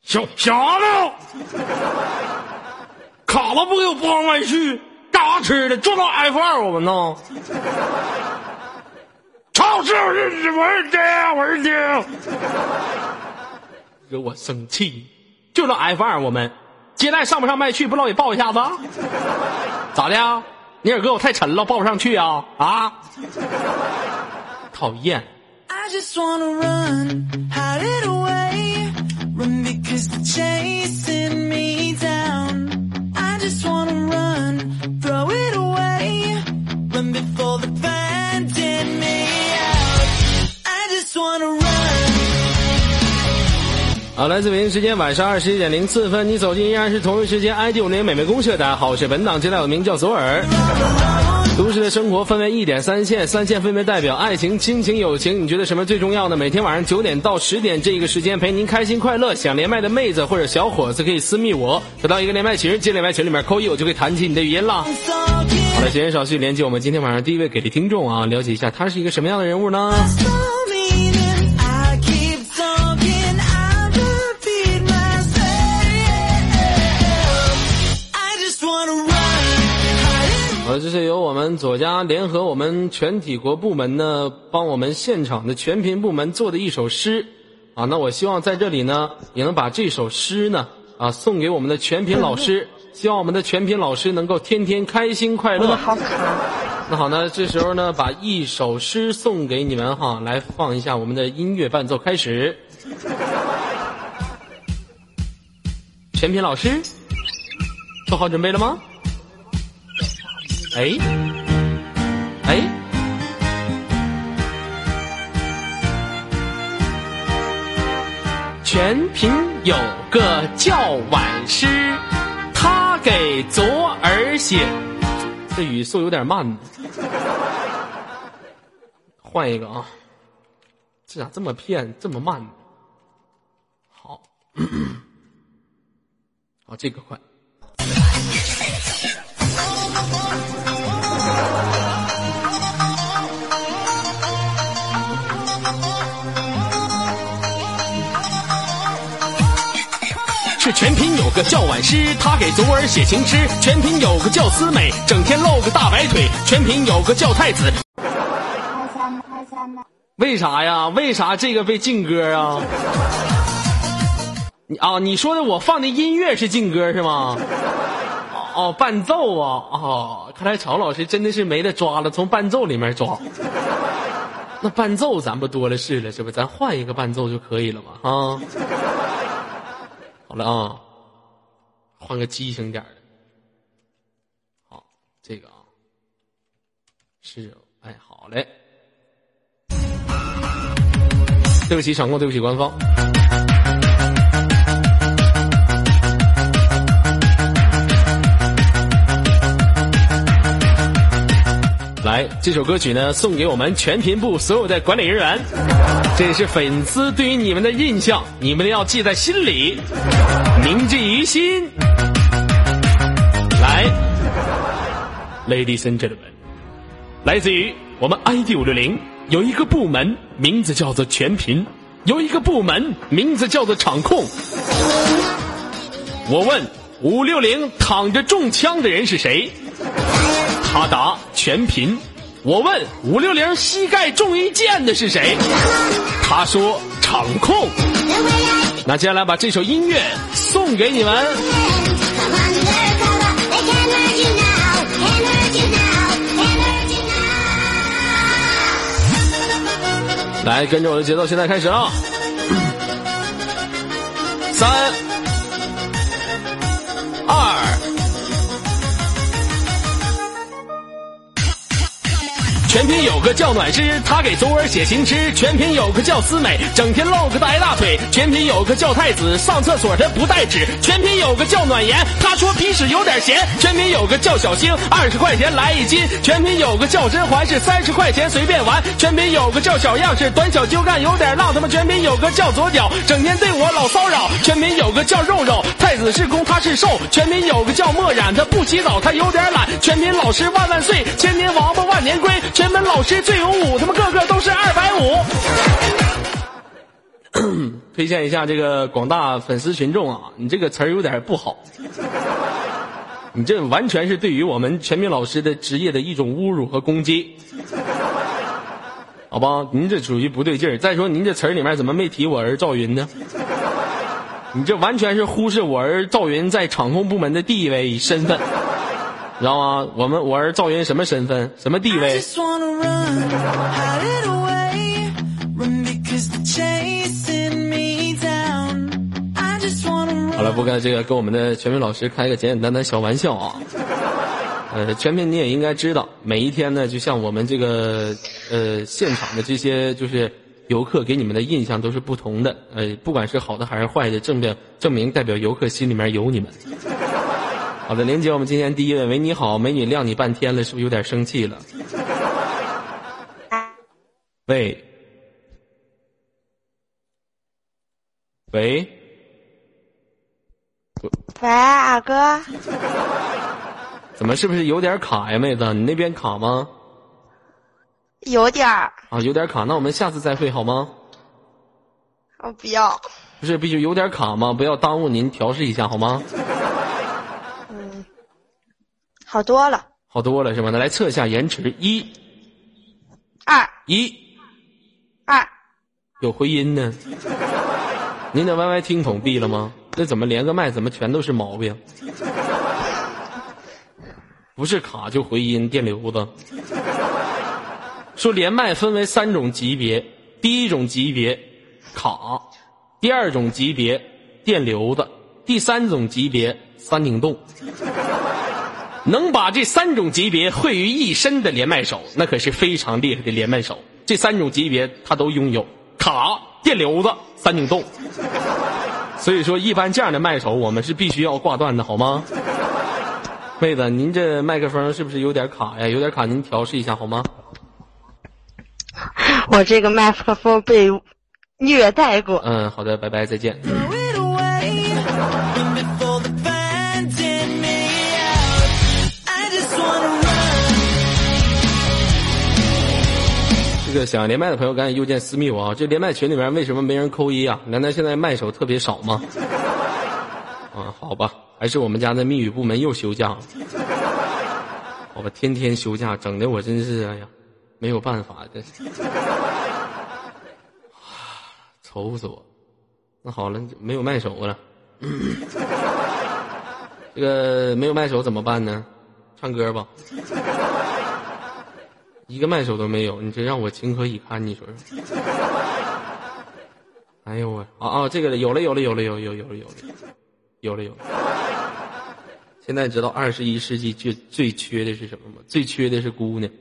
啥呢？卡了不给我不往外去，干啥吃的？坐到 F2 我们呢？超市我是爹，惹我生气。就到 F2 我们接待上不上麦去，不老给抱一下子？咋的呀？尼尔哥我太沉了，抱不上去啊？啊？讨厌。 I just wanna run, hide it away, run because they're chasing me down. I just wanna run, throw it away, run before they find me out. I just wanna run. 好，来自北京时间晚上21:04，你走进依然是同一时间 ID50美美公社，大家好，我是本档接待，我名叫左耳。都市的生活分为1.3线，3线分别代表爱情、亲情、友情。你觉得什么最重要呢？每天晚上9点到10点这个时间陪您开心快乐。想连麦的妹子或者小伙子可以私密我，得到一个连麦群，进连麦群里面扣1，我就可以弹起你的语音了。好了，闲言少叙，连接我们今天晚上第一位给力听众啊，了解一下他是一个什么样的人物呢？这是由我们左家联合我们全体国部门呢，帮我们现场的全频部门做的一首诗啊。那我希望在这里呢，也能把这首诗呢送给我们的全频老师，希望我们的全频老师能够天天开心快乐。那好呢，这时候呢，把一首诗送给你们哈，来放一下我们的音乐伴奏，开始。全频老师，做好准备了吗？全频有个叫晚诗，他给昨儿写。这语速有点慢，换一个啊！这咋这么骗，这么慢？好，好，这个快。是全频有个叫晚诗，他给昨儿写情诗。全频有个叫思美，整天露个大白腿。全频有个叫太子。为啥呀？为啥这个被禁歌啊？你说的我放的音乐是禁歌是吗？伴奏啊！看来曹老师真的是没得抓了，从伴奏里面抓。那伴奏咱不多了是了，是不？咱换一个伴奏就可以了嘛啊！好了啊，换个激情点的。好，这个是好嘞。对不起场控，对不起官方。来，这首歌曲呢，送给我们全频部所有的管理人员，这也是粉丝对于你们的印象，你们要记在心里，铭记于心。来 ，Ladies and gentlemen， 来自于我们 ID560，有一个部门名字叫做全频，有一个部门名字叫做场控。我问560躺着中枪的人是谁？他答全频。我问560膝盖中一箭的是谁？他说场控。那接下来把这首音乐送给你们。来，跟着我的节奏，现在开始了。3、2。全频有个叫暖诗，他给昨儿写情诗。全频有个叫思美，整天露个大大腿。全频有个叫太子，上厕所他不带纸。全频有个叫暖言，他说鼻屎有点咸。全频有个叫小星，20块钱来1斤。全频有个叫甄嬛，是30块钱随便玩。全频有个叫小样，是短小精干有点浪。他们全频有个叫左脚，整天对我老骚扰。全频有个叫肉肉，太子是攻他是受。全频有个叫墨染，他不洗澡他有点懒。全频老师万万岁，千年王八万年龟。全频老师最有武，他们个个都是250。 推荐一下这个广大粉丝群众啊，你这个词儿有点不好，你这完全是对于我们全民老师的职业的一种侮辱和攻击，好吧？您这属于不对劲儿。再说您这词儿里面怎么没提我儿赵云呢？你这完全是忽视我儿赵云在场控部门的地位与身份，知道吗？我儿赵云什么身份，什么地位？好了，不该这个跟我们的全民老师开个简简单单小玩笑啊。全民你也应该知道，每一天呢，就像我们这个现场的这些就是游客给你们的印象都是不同的，不管是好的还是坏的，证明代表游客心里面有你们。好的，连接我们今天第一位，喂，你好，美女晾你半天了，是不是有点生气了？喂，喂， 喂，二哥， 怎么是不是有点卡呀，妹子？你那边卡吗？ 有点儿啊，有点卡，那我们下次再会好吗？ 我不要。 不是必须有点卡吗？不要耽误您调试一下好吗？ 好多了。 好多了是吧？那来测一下延迟，1、2、 2， 有回音呢。您的 YY 听筒闭了吗？这怎么连个麦怎么全都是毛病？不是卡就回音电流子。说连麦分为3种级别，第一种级别卡，第二种级别电流子，第3种级别三拧动。能把这3种级别汇于一身的连麦手，那可是非常厉害的连麦手。这3种级别他都拥有，卡、电流子、三拧动。所以说一般这样的麦手我们是必须要挂断的好吗？妹子，您这麦克风是不是有点卡呀？有点卡，您调试一下好吗？ 我这个麦克风被虐待过。 好的，拜拜，再见。这个想连麦的朋友赶紧右键私密我啊！这连麦群里面为什么没人扣1啊？难道现在麦手特别少吗？好吧，还是我们家的密语部门又休假了。好吧，天天休假，整的我真是哎呀，没有办法，这愁死我。那好了，没有麦手了。这个没有麦手怎么办呢？唱歌吧。一个麦手都没有，你这让我情何以堪？你说说。哎呦我这个有了。现在知道21世纪最缺的是什么吗？最缺的是姑娘。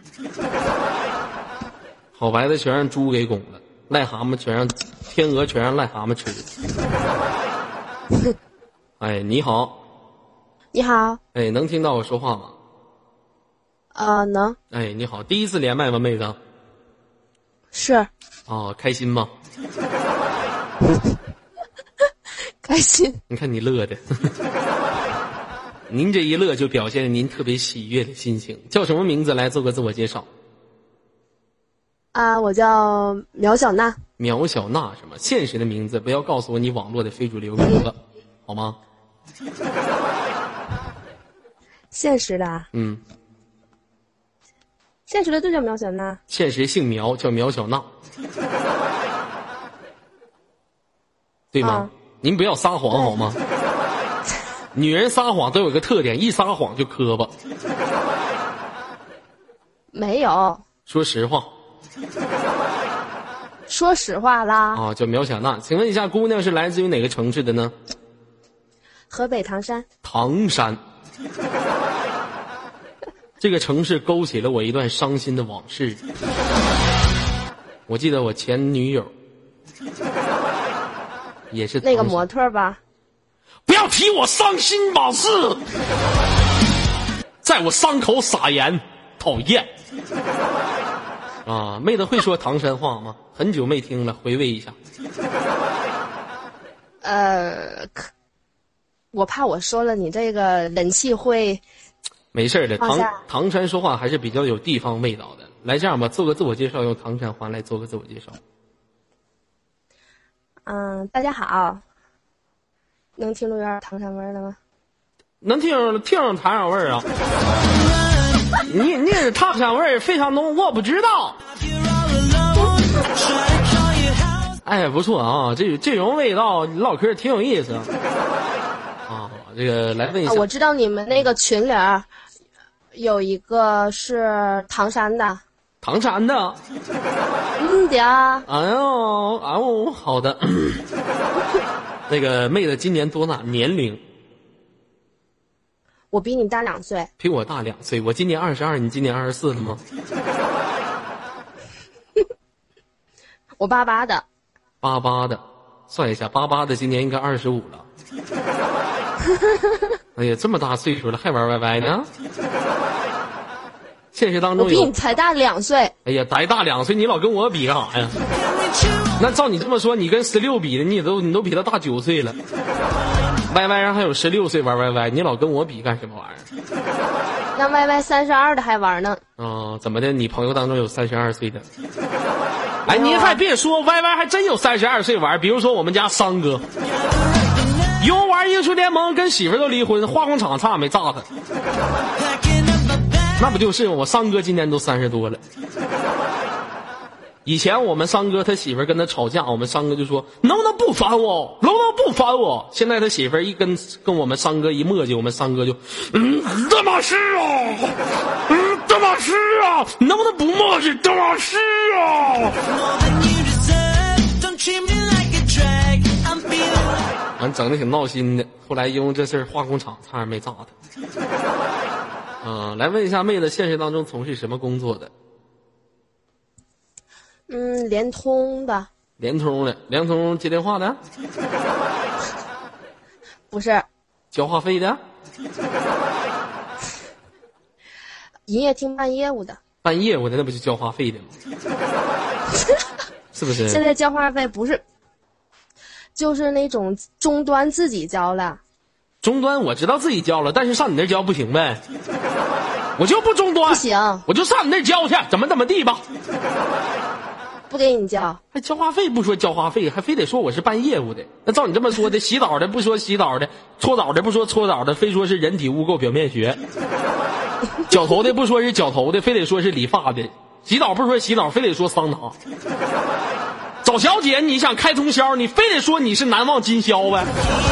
好白的全让猪给拱了，癞蛤蟆全让天鹅全让癞蛤蟆吃了。哎，你好。 你好。 哎，能听到我说话吗？ 能。 哎，你好，第一次连麦吗，妹子？ 是。 开心吗？ 开心。 你看你乐的。您这一乐就表现您特别喜悦的心情。叫什么名字？来做个自我介绍。 我叫苗小娜。 苗小娜什么？现实的名字，不要告诉我你网络的非主流名字，好吗？ 现实的。现实的就叫苗小娜。现实姓苗，叫苗小娜，对吗？您不要撒谎好吗？女人撒谎都有个特点，一撒谎就磕巴。 没有。 说实话。 说实话啦。 叫苗小娜。请问一下，姑娘是来自于哪个城市的呢？ 河北唐山。 唐山。这个城市勾起了我一段伤心的往事。我记得我前女友也是那个模特吧。 不要提我伤心往事，在我伤口撒盐，讨厌。妹子会说唐山话吗？很久没听了，回味一下。 我怕我说了你这个冷气会。 没事的，唐山说话还是比较有地方味道的。来这样吧，做个自我介绍，用唐山话来做个自我介绍。 大家好，能听出有点唐山味儿了吗？ 能听着唐山味儿啊？你是唐山味儿非常浓，我不知道。哎，不错啊，这种味道唠嗑挺有意思啊。这个来问一下， 我知道你们那个群里有一个是唐山的。 唐山的。 的啊。 哎呦，好的。那个妹子今年多大年龄？ 我比你大2岁。 比我大2岁，我今年22，你今年24了吗？ 我88的。 88的，算一下，88的今年应该25了。哎呀，这么大岁数了还玩 YY 呢？现实当中我比你才大2岁。 哎呀，才大2岁，你老跟我比干啥呀？那照你这么说，你跟16比的，你都比他大9岁了。YY 上还有16岁玩 YY， 你老跟我比干什么玩意儿？ 那 YY 32的还玩呢。 怎么的？你朋友当中有32岁的？哎，您还别说 ，YY 还真有32岁玩。比如说我们家桑哥，游玩英雄联盟，跟媳妇都离婚，化工厂差点没炸他。那不就是我桑哥今年都30多了。以前我们桑哥他媳妇跟他吵架，我们桑哥就说能不能不烦我，能不能不烦我。现在他媳妇一跟我们桑哥一磨叽，我们桑哥就这么是啊，这么是啊，能不能不磨叽，这么是啊。完整的挺闹心的，后来因为这事儿化工厂差点没炸他。来问一下妹子，现实当中从事什么工作的？ 联通的。 联通接电话的？ 不是。 交话费的？ 营业厅办业务的。 办业务的那不就交话费的吗？是不是？ 现在交话费不是，就是那种终端自己交了。 终端我知道自己交了，但是上你那儿交不行呗？我就不终端， 不行， 我就上你那儿交去，怎么地吧。 不给你交， 还交话费不说交话费，还非得说我是办业务的。那照你这么说的，洗澡的不说洗澡的，搓澡的不说搓澡的，非说是人体污垢表面学。绞头的不说是绞头的，非得说是理发的。洗澡不说洗澡，非得说桑拿。找小姐你想开通宵，你非得说你是难忘今宵呗。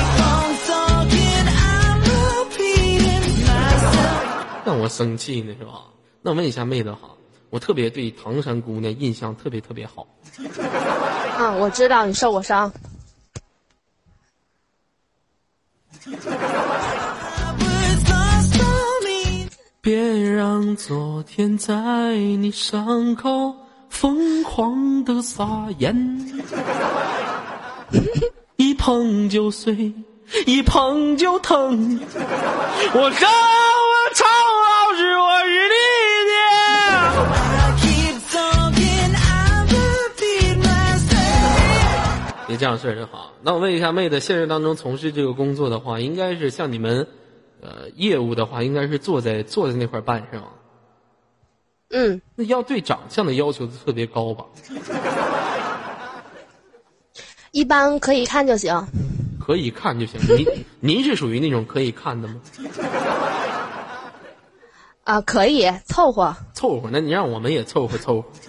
让我生气呢是吧？那我问一下妹子哈，我特别对唐山姑娘印象特别好。 我知道你受过伤。 别让昨天在你伤口疯狂的撒盐，一碰就碎，一碰就疼。我跟我唱老师，我是你的。别这样事儿就好。那我问一下妹子，现实当中从事这个工作的话，应该是像你们业务的话，应该是坐在那块办是吗？那要对长相的要求特别高吧？ 一般可以看就行。 可以看就行。您是属于那种可以看的吗？ 可以凑合。 凑合，那你让我们也凑合。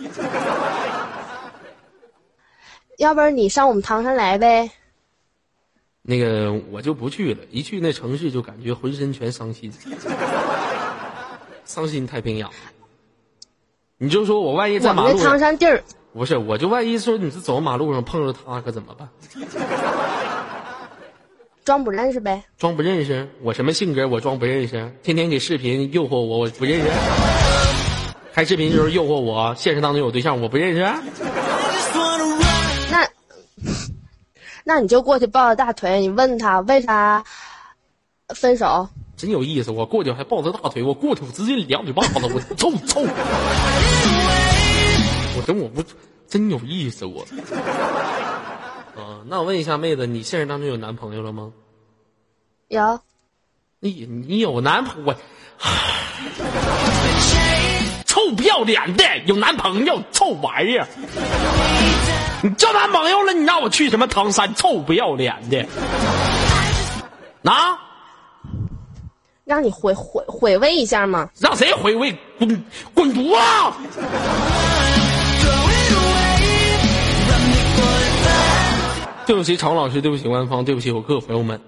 要不然你上我们唐山来呗。 那个我就不去了，一去那城市就感觉浑身全伤心，伤心太平洋。你就说我万一在马路上， 我们唐山地儿不是，我就万一说你是走马路上碰着他可怎么办？ 装不认识呗。 装不认识？我什么性格？我装不认识？天天给视频诱惑我不认识？开视频的时候诱惑我，现实当中有对象我不认识？ 那你就过去抱着大腿，你问他为啥分手。 真有意思，我过去还抱着大腿，我过去我直接2嘴巴子，我臭。我不真有意思我。那我问一下妹子，你现实当中有男朋友了吗？ 有。 你有男朋友？臭不要脸的，有男朋友，臭玩意儿。 你交男朋友了，你让我去什么唐山？臭不要脸的！啊？ 让你回味一下嘛。 让谁回味？滚犊啊！对不起，常老师，对不起官方，对不起我各朋友们。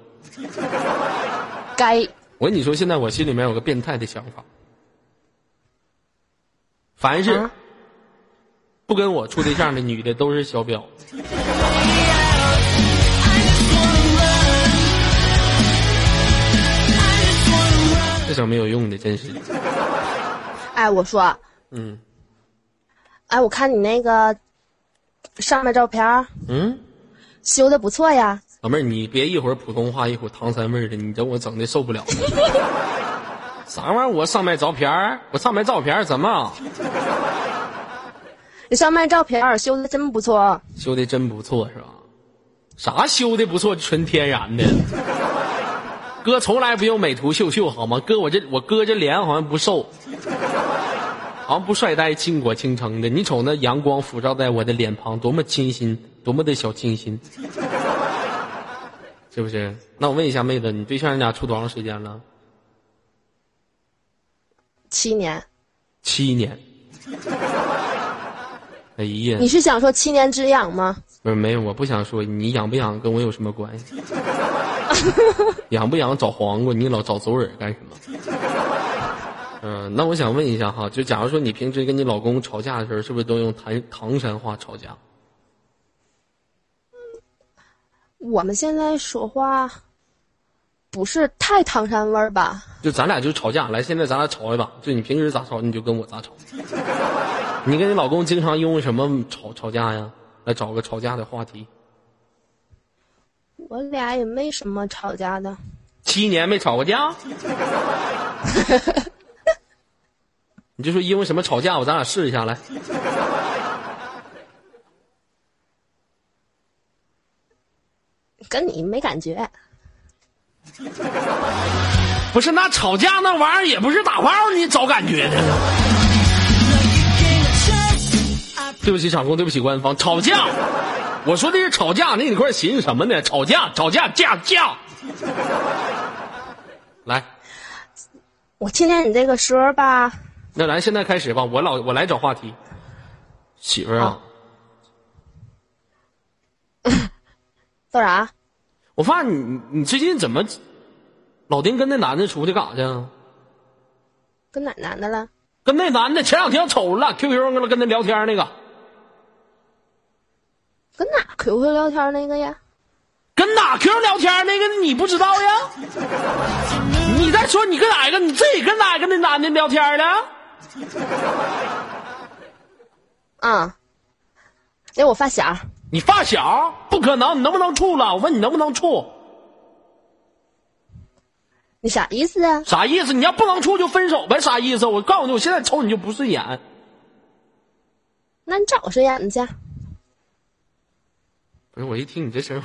该我跟你说，现在我心里面有个变态的想法，凡是不跟我处对象的女的都是小婊。这种没有用的，真是。 哎，我说，哎，我看你那个上面照片，修的不错呀。 老妹儿，你别一会儿普通话一会儿唐山味儿的，你这我整的受不了。啥玩意儿？我上面照片怎么？ 你上面照片修的真不错。 修的真不错是吧？啥修的不错？纯天然的。哥从来不用美图秀秀好吗？哥我哥这脸好像不瘦，好像不帅呆，倾国倾城的。你瞅那阳光普照在我的脸庞，多么清新，多么的小清新，是不是？那我问一下妹子，你对象你俩处多长时间了 ？7年。 7年。哎呀， 你是想说7年之痒吗？ 不是，没有，我不想说你养不养跟我有什么关系。养不养找黄瓜，你老找走耳干什么？那我想问一下哈，就假如说你平时跟你老公吵架的时候，是不是都用唐山话吵架？ 我们现在说话不是太唐山味儿吧？ 就咱俩就吵架，来，现在咱俩吵一把，就你平时咋吵，你就跟我咋吵。你跟你老公经常用什么吵架呀？来找个吵架的话题。 我俩也没什么吵架的。 7年没吵过架？你就说因为什么吵架，咱俩试一下来。 跟你没感觉。 不是，那吵架那玩意儿也不是打炮你找感觉的。对不起场工，对不起官方，吵架。我说的是吵架，那你块寻思什么呢？吵架。来， 我听见你这个说吧。 那咱现在开始吧，我来找话题。媳妇儿啊， 做啥？ 我发现你最近怎么老丁跟那男的出去干啥去啊？ 跟哪男的了？ 跟那男的前2天瞅了 QQ 跟他聊天那个。 跟哪 QQ 聊天那个呀？ 跟哪 QQ 聊天那个你不知道呀？你再说你跟哪个？你自己跟哪个那男的聊天呢？ 那我发小。 你发小？不可能，你能不能处了？我问你能不能处？ 你啥意思啊？ 啥意思？你要不能处就分手呗？啥意思？我告诉你，我现在瞅你就不顺眼。 那你找个顺眼的去。 不是，我一听你这声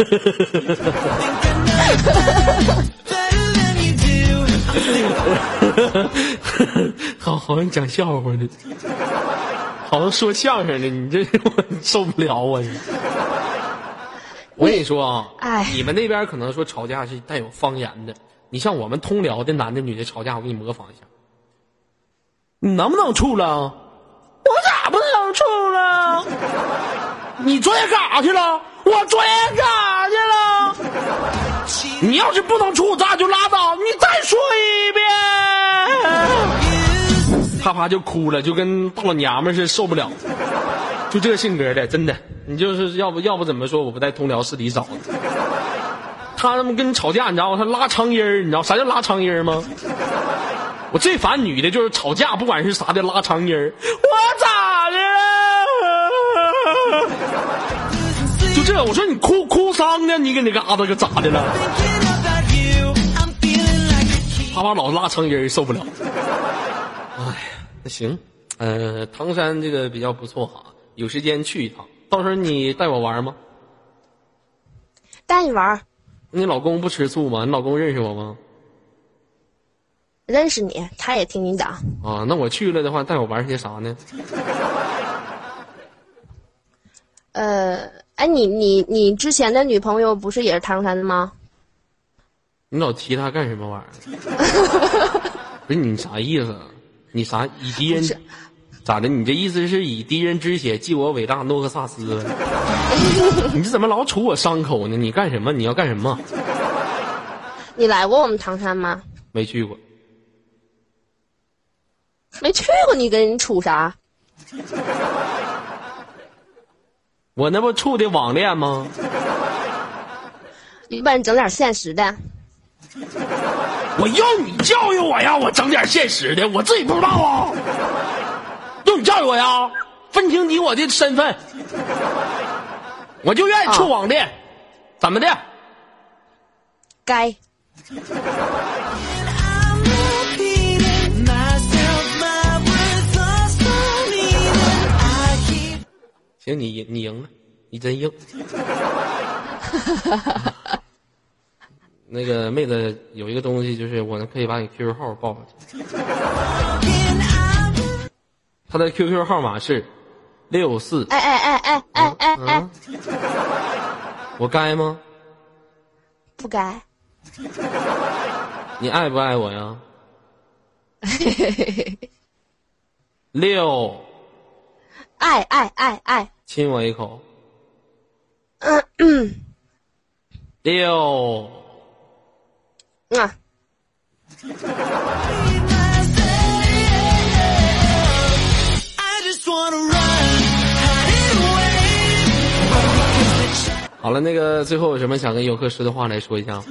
好像讲笑话的，好像说相声的，你这我受不了啊！我跟你说啊，你们那边可能说吵架是带有方言的，你像我们通辽的男的女的吵架，我给你模仿一下。你能不能处了？我咋不能处了？你昨天干啥去了？我昨天干啥去了？你要是不能处，咱就拉倒。你再说一遍，啪啪就哭了，就跟大老娘们似的，受不了。就这个性格的，真的，你就是要不怎么说我不在通辽市里找的。他们跟你吵架，你知道吗？他拉长音儿，你知道啥叫拉长音儿吗？我最烦女的就是吵架，不管是啥的拉长音儿。我咋的了？就这，我说你哭丧呢，你给那嘎达个咋的了？啪啪老拉长音儿，受不了。哎呀，那行，唐山这个比较不错哈，有时间去一趟，到时候你带我玩吗？ 带你玩。 你老公不吃醋吗？你老公认识我吗？ 认识你，他也听你讲。 啊，那我去了的话，带我玩些啥呢？ 哎，你之前的女朋友不是也是唐山的吗？ 你老提他干什么玩意儿？不是你啥意思？你啥以敌人咋的？你这意思是以敌人之血祭我伟大诺克萨斯？你这怎么老杵我伤口呢？你干什么？你要干什么？ 你来过我们唐山吗？ 没去过。 没去过，你跟人处啥？ 我那不处的网恋吗？ 一般整点现实的。 我要你教育我呀！我整点现实的，我自己不知道啊。用你教育我呀！分清你我的身份，我就愿意处网恋，怎么的？ 该。 行，你赢了，你真硬。那个妹子有一个东西，就是我可以把你 QQ 号报过去。他的 QQ 号码是64。 哎， 我该吗？ 不该。 你爱不爱我呀？6。 爱。 亲我一口。 6。 好了，那个最后有什么想跟游客说的话来说一下？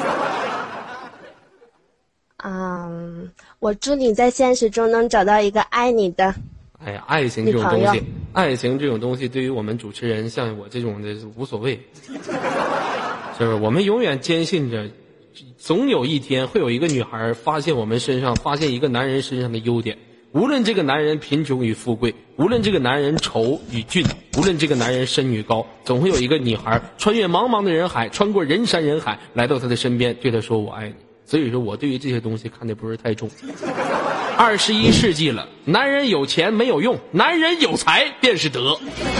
我祝你在现实中能找到一个爱你的。 哎呀，爱情这种东西，爱情这种东西对于我们主持人像我这种的无所谓，是不是？我们永远坚信着，总有一天会有一个女孩发现一个男人身上的优点，无论这个男人贫穷与富贵，无论这个男人丑与俊，无论这个男人深与高，总会有一个女孩穿越茫茫的人海，穿过人山人海，来到他的身边，对他说我爱你。所以说我对于这些东西看的不是太重。21世纪了，男人有钱没有用，男人有才便是德。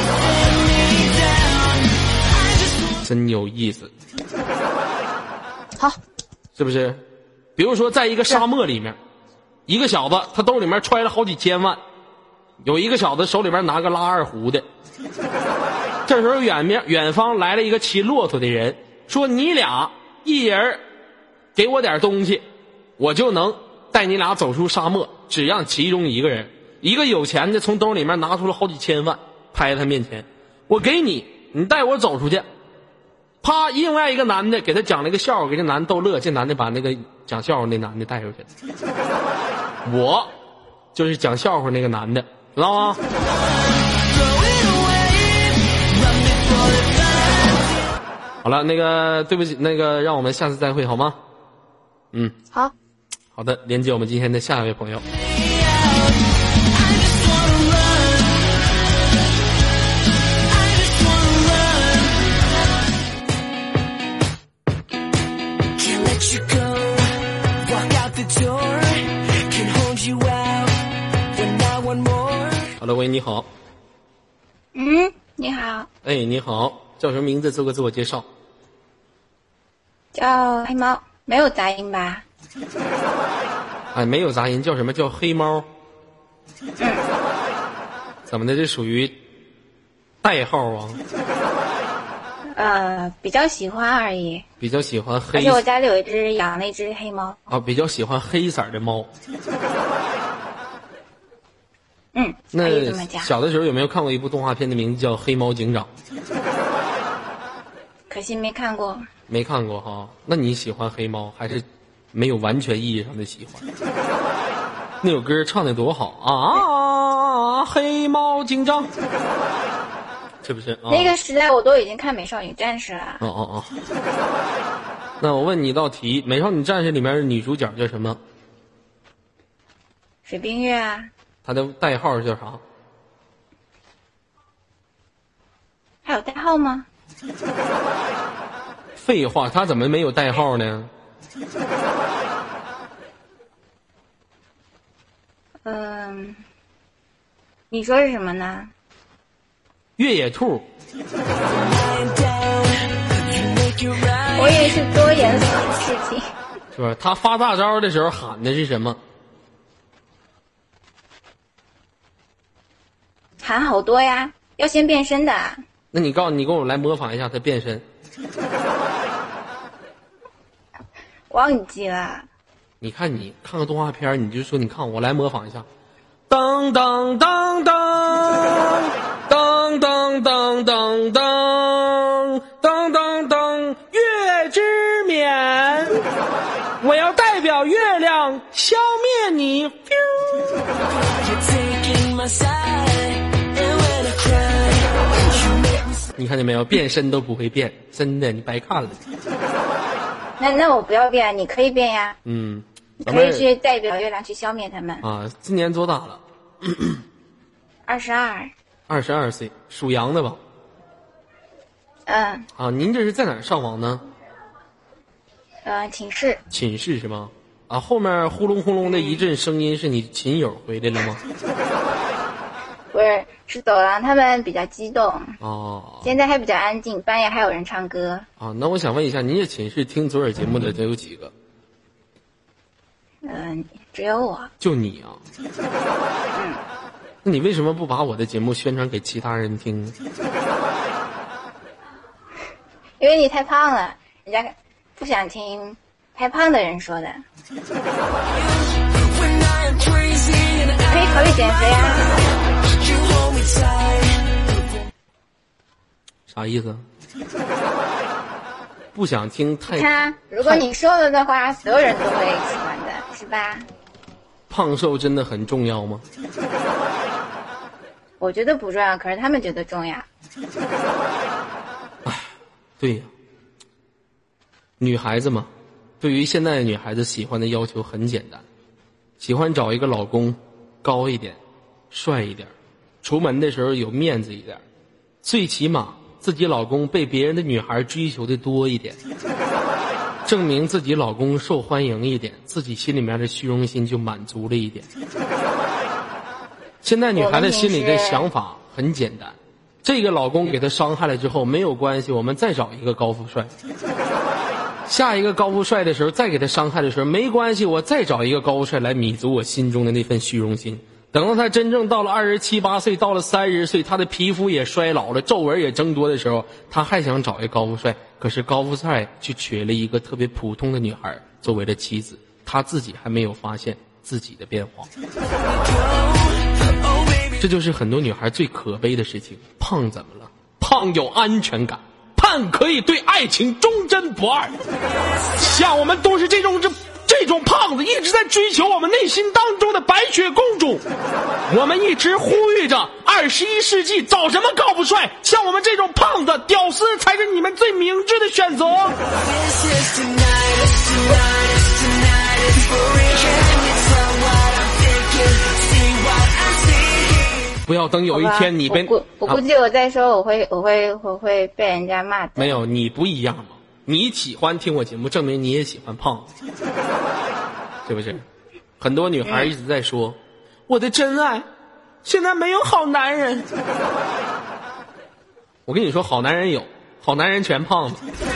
真有意思。 好， 是不是？比如说在一个沙漠里面，一个小子他兜里面揣了好几千万，有一个小子手里边拿个拉二胡的。这时候远方来了一个骑骆驼的人，说你俩一人给我点东西，我就能带你俩走出沙漠，只让其中一个人。一个有钱的从兜里面拿出了好几千万，拍在他面前，我给你，你带我走出去。啪，另外一个男的给他讲了一个笑话，给这男的逗乐，这男的把那个讲笑话那男的带出去了。我就是讲笑话那个男的，知道吗？好了，那个对不起，那个让我们下次再会好吗？好的，连接我们今天的下一位朋友。Hello， 喂，你好。 你好。 哎，你好，叫什么名字？做个自我介绍。 叫黑猫，没有杂音吧？ 哎，没有杂音，叫什么？叫黑猫。怎么的？这属于代号啊？ 比较喜欢而已。 比较喜欢黑， 而且我家里有养了一只黑猫。 啊，比较喜欢黑色的猫。那小的时候有没有看过一部动画片的名字叫《黑猫警长》？ 可惜没看过。 没看过哈？那你喜欢黑猫还是没有完全意义上的喜欢？那首歌唱的多好啊！黑猫警长，是不是？ 那个时代我都已经看《美少女战士》了。 那我问你一道题，《美少女战士》里面的女主角叫什么？ 水冰月啊。 她的代号叫啥？ 还有代号吗？ 废话，她怎么没有代号呢？ 你说是什么呢？ 越野兔。 我以为是多严肃的事情。 是吧？他发大招的时候喊的是什么？ 喊好多呀，要先变身的。 那你告诉你，跟我来模仿一下他变身。 忘记了。 你看个动画片，你就说你看我来模仿一下。当当当当当当当当当当当当，月之冕，我要代表月亮消灭你。你看见没有？变身都不会变，真的，你白看了。 那我不要变，你可以变呀。 嗯， 你可以去代表月亮去消灭他们。 啊，今年多大了 ？22。 22岁，属羊的吧？ 嗯。 啊，您这是在哪儿上网呢？ 寝室。 寝室是吗？啊，后面呼隆呼隆的一阵声音，是你寝友回来了吗？ 不是，是走廊，他们比较激动。 哦。 现在还比较安静，半夜还有人唱歌。 啊，那我想问一下，您这寝室听左耳节目的得有几个？ 只有我。 就你啊？那你为什么不把我的节目宣传给其他人听呢？ 因为你太胖了，人家不想听太胖的人说的。可以考虑减肥啊。 啥意思？不想听太…… 看，如果你瘦了的话，所有人都会喜欢的，是吧？ 胖瘦真的很重要吗？ 我觉得不重要，可是他们觉得重要。 哎，对呀，女孩子嘛，对于现在的女孩子喜欢的要求很简单，喜欢找一个老公高一点、帅一点，出门的时候有面子一点，最起码自己老公被别人的女孩追求的多一点，证明自己老公受欢迎一点，自己心里面的虚荣心就满足了一点。现在女孩子心里的想法很简单，这个老公给她伤害了之后没有关系，我们再找一个高富帅，下一个高富帅的时候再给他伤害的时候没关系，我再找一个高富帅来弥足我心中的那份虚荣心。等到他真正到了27、28岁，到了30岁，他的皮肤也衰老了，皱纹也增多的时候，他还想找一个高富帅，可是高富帅去娶了一个特别普通的女孩作为了妻子，他自己还没有发现自己的变化。这就是很多女孩最可悲的事情。胖怎么了？胖有安全感，胖可以对爱情忠贞不二。像我们都是这种胖子，一直在追求我们内心当中的白雪公主。我们一直呼吁着21世纪找什么高富帅，像我们这种胖子屌丝才是你们最明智的选择。不要等有一天你被我估计我再说我会被人家骂的。 没有，你不一样嘛，你喜欢听我节目，证明你也喜欢胖子，是不是？很多女孩一直在说，我的真爱现在没有好男人。我跟你说，好男人有，好男人全胖子。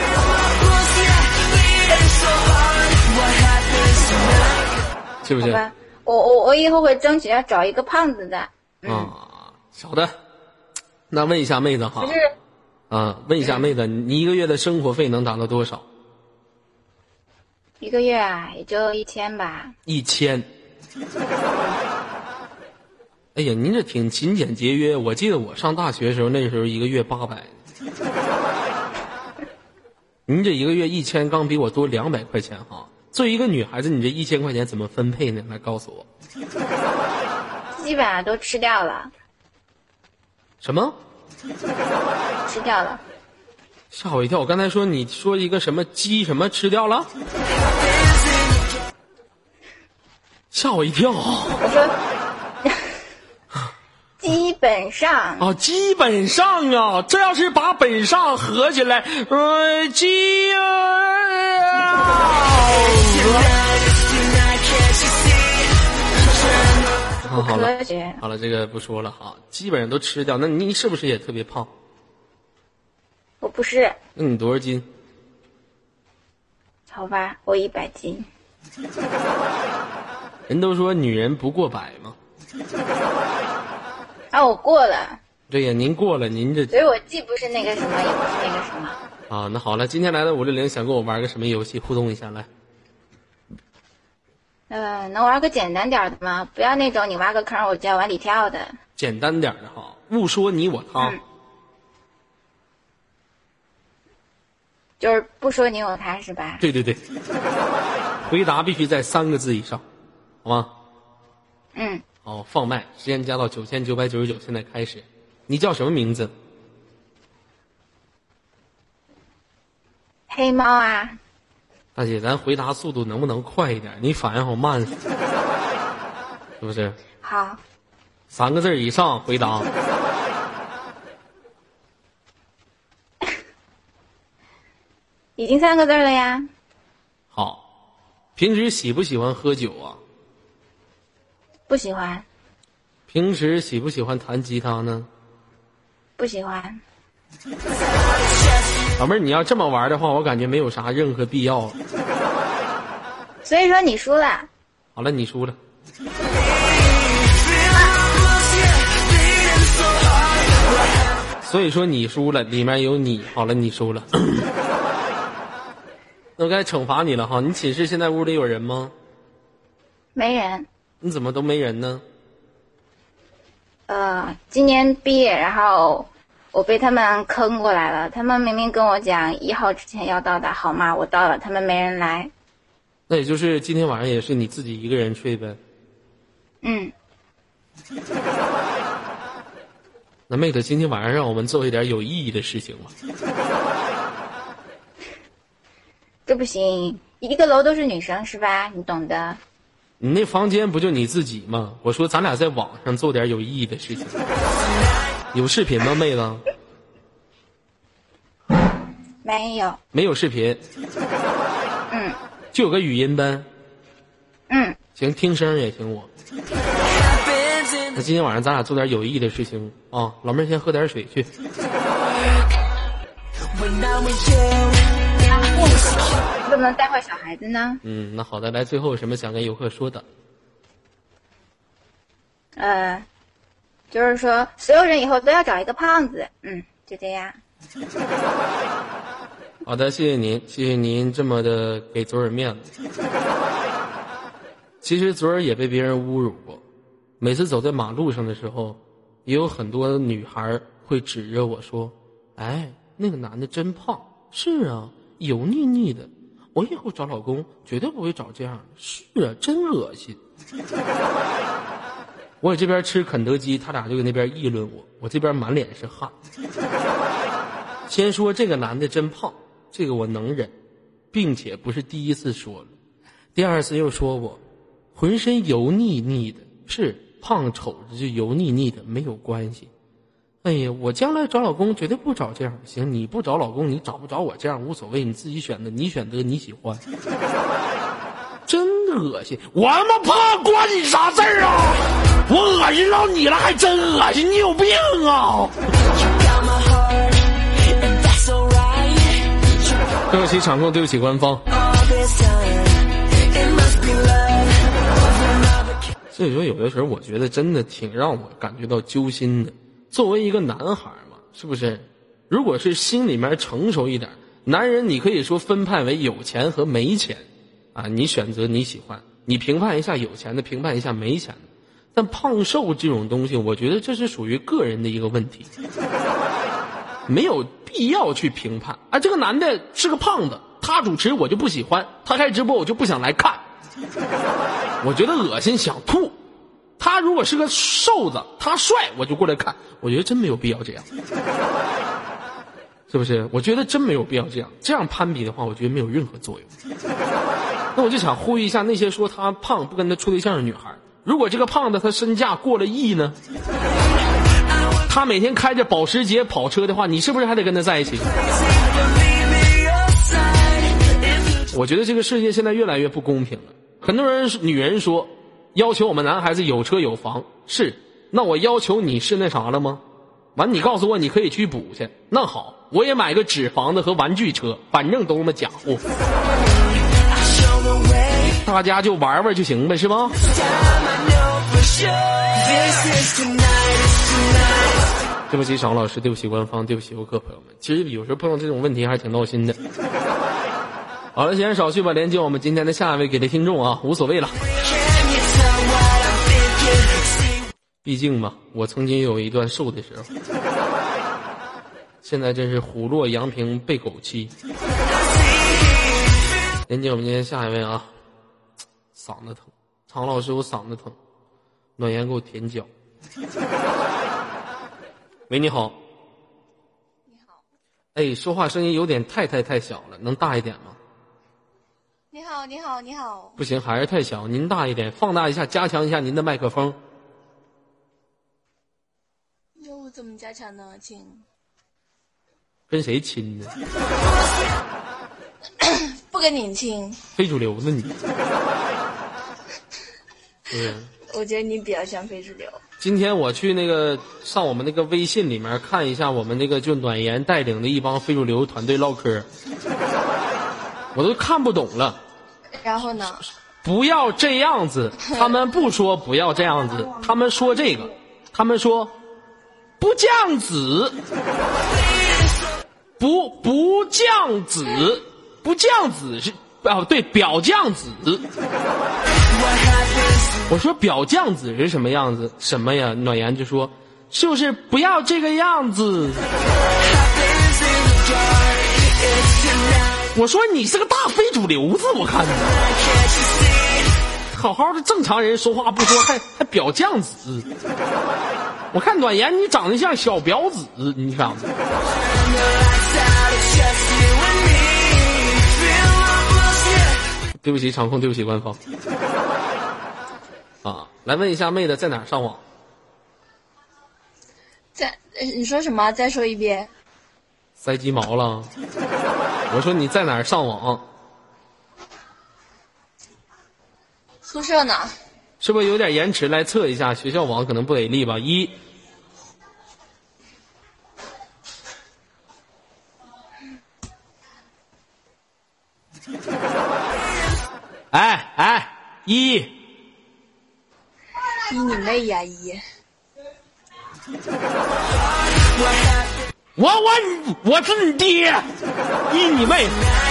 是不是？ 好吧，我以后会争取要找一个胖子的。 好的。那问一下妹子哈，问一下妹子，你一个月的生活费能达到多少？ 一个月啊，也就1000吧。1000。 哎呀，您这挺勤俭节约。我记得我上大学的时候，那时候一个月800。您这一个月1000，刚比我多200块钱哈。作为一个女孩子，你这1000块钱怎么分配呢？来告诉我。 基本上都吃掉了。 什么？ 吃掉了。 吓我一跳！我刚才说你说一个什么鸡什么吃掉了，吓我一跳。 我说基本上啊，基本上啊，这要是把本上合起来，鸡不科学。 好了，这个不说了哈，基本上都吃掉。那你是不是也特别胖？ 我不是。 那你多少斤？ 好吧，我100斤。 人都说女人不过百嘛。 啊，我过了。 对呀，您过了，您这。 所以我既不是那个什么，也不是那个什么。 啊，那好了，今天来的560想跟我玩个什么游戏互动一下来？ 能玩个简单点的吗？不要那种你挖个坑我就要往里跳的。 简单点的哈，勿说你我他。 就是不说你我他是吧？ 对对对，回答必须在3个字以上，好吗？好，放麦，时间加到9999，现在开始。你叫什么名字？ 黑猫啊。 大姐，咱回答速度能不能快一点？你反应好慢，是不是？ 好。 3个字以上回答。 已经3个字了呀。 好，平时喜不喜欢喝酒啊？ 不喜欢。 平时喜不喜欢弹吉他呢？ 不喜欢。 老妹儿，你要这么玩的话，我感觉没有啥任何必要。 所以说你输了。 好了，你输了。所以说你输了，里面有你。好了，你输了。那我该惩罚你了哈。你寝室现在屋里有人吗？ 没人。 你怎么都没人呢？ 今年毕业，然后我被他们坑过来了。他们明明跟我讲1号之前要到达，好吗？我到了，他们没人来。 那也就是今天晚上也是你自己一个人睡呗？那妹子，今天晚上让我们做一点有意义的事情吧。 这不行，一个楼都是女生是吧？你懂的。 你那房间不就你自己吗？我说咱俩在网上做点有意义的事情。有视频吗，妹子？ 没有。 没有视频。就有个语音呗。行，听声也行我。那今天晚上咱俩做点有意义的事情啊！老妹儿先喝点水去。 怎么能带坏小孩子呢？ 那好的，来，最后有什么想跟游客说的？ 就是说所有人以后都要找一个胖子。就这样。 好的，谢谢您，谢谢您这么的给左耳面子。其实左耳也被别人侮辱过，每次走在马路上的时候，也有很多女孩会指着我说：“哎，那个男的真胖。”是啊，油腻腻的。我以后找老公绝对不会找这样的。是啊，真恶心。我这边吃肯德基，他俩就搁那边议论我，我这边满脸是汗。先说这个男的真胖，这个我能忍，并且不是第一次说了，第2次又说我浑身油腻腻的。是胖瞅着就油腻腻的没有关系。哎呀，我将来找老公绝对不找这样。行，你不找老公，你找不着我这样无所谓，你自己选的，你选择你喜欢。真恶心！我他妈胖关你啥事儿啊？我恶心到你了，还真恶心！你有病啊！对不起场控，对不起官方。所以说有的时候我觉得真的挺让我感觉到揪心的。作为一个男孩嘛，是不是？如果是心里面成熟一点，男人你可以说分派为有钱和没钱啊，你选择你喜欢，你评判一下有钱的，评判一下没钱的。但胖瘦这种东西，我觉得这是属于个人的一个问题，没有必要去评判。啊，这个男的是个胖子，他主持我就不喜欢，他开直播我就不想来看，我觉得恶心想吐。他如果是个瘦子，他帅我就过来看，我觉得真没有必要这样，是不是？我觉得真没有必要这样，这样攀比的话，我觉得没有任何作用。那我就想呼吁一下那些说他胖不跟他处对象的女孩，如果这个胖子他身价过了亿呢，他每天开着保时捷跑车的话，你是不是还得跟他在一起？我觉得这个世界现在越来越不公平了。很多人女人说要求我们男孩子有车有房，是，那我要求你是那啥了吗？完你告诉我你可以去补去，那好，我也买个纸房子和玩具车，反正都那么假货，大家就玩玩就行呗，是吧？对不起邵老师，对不起官方，对不起游客朋友们，其实有时候碰到这种问题还是挺闹心的。好了，闲少叙吧，连接我们今天的下一位给的听众啊，无所谓了。毕竟嘛，我曾经有一段瘦的时候，现在真是虎落阳平被狗欺。连接我们今天下一位啊，嗓子疼，常老师我嗓子疼，暖言给我舔脚。喂，你好。 你好。 哎，说话声音有点太小了，能大一点吗？ 你好，你好，你好。 不行，还是太小，您大一点，放大一下，加强一下您的麦克风。 那我怎么加强呢，亲？ 跟谁亲呢？ 不跟你亲。 非主流呢你。对。 我觉得你比较像非主流。 今天我去那个上我们那个微信里面看一下我们那个就暖言带领的一帮非主流团队唠嗑，我都看不懂了。 然后呢？ 不要这样子，他们不说不要这样子，他们说这个，他们说不降子，不降子，不降子是对，表降子。我说表降子是什么样子？什么呀？暖言就说就是不要这个样子。我说你是个大非主流子，我看你好好的正常人说话不说，还表降子。我看暖言你长得像小婊子，你看对不起场控，对不起官方。啊，来问一下妹子在哪儿上网？ 你说什么？再说一遍。 塞鸡毛了。我说你在哪儿上网？ 宿舍呢？ 是不是有点延迟？来测一下，学校网可能不给力吧。一你妹呀！ 我是你爹，你妹！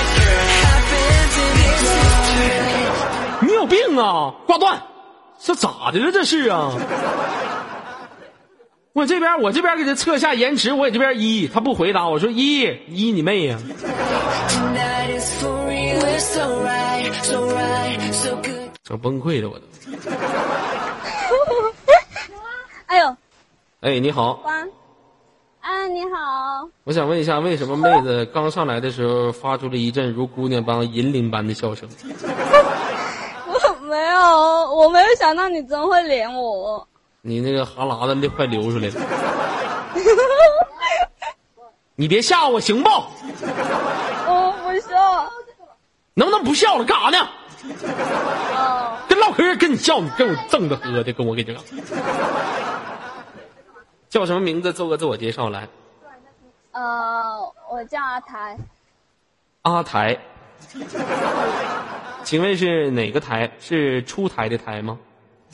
你有病啊！挂断，这咋的了？这是啊！我这边给他测一下延迟，我这边他不回答，我说你妹呀！整崩溃了我都。 哎呦！ 哎，你好。 哎，你好。 我想问一下，为什么妹子刚上来的时候发出了一阵如姑娘般银铃般的笑声？ 我没有想到你真会连我。 你那个哈喇子快流出来了。你别吓我行不？ 我不笑。 能不能不笑了？干啥呢？跟唠嗑跟你笑，你跟我挣着喝的，跟我给这个。叫什么名字？做个自我介绍来。 我叫阿台。 阿台。请问是哪个台？是出台的台吗？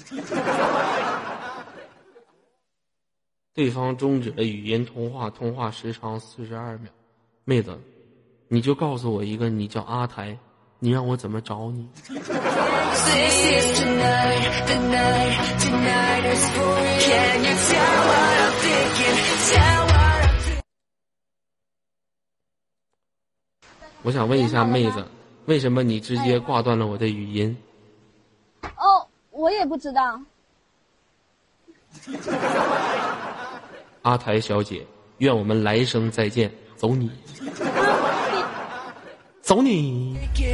对方终止了语音通话，通话时长42秒。妹子，你就告诉我一个，你叫阿台，你让我怎么找你？我想问一下妹子，为什么你直接挂断了我的语音？ 我也不知道。 阿台小姐，愿我们来生再见，走你，走你。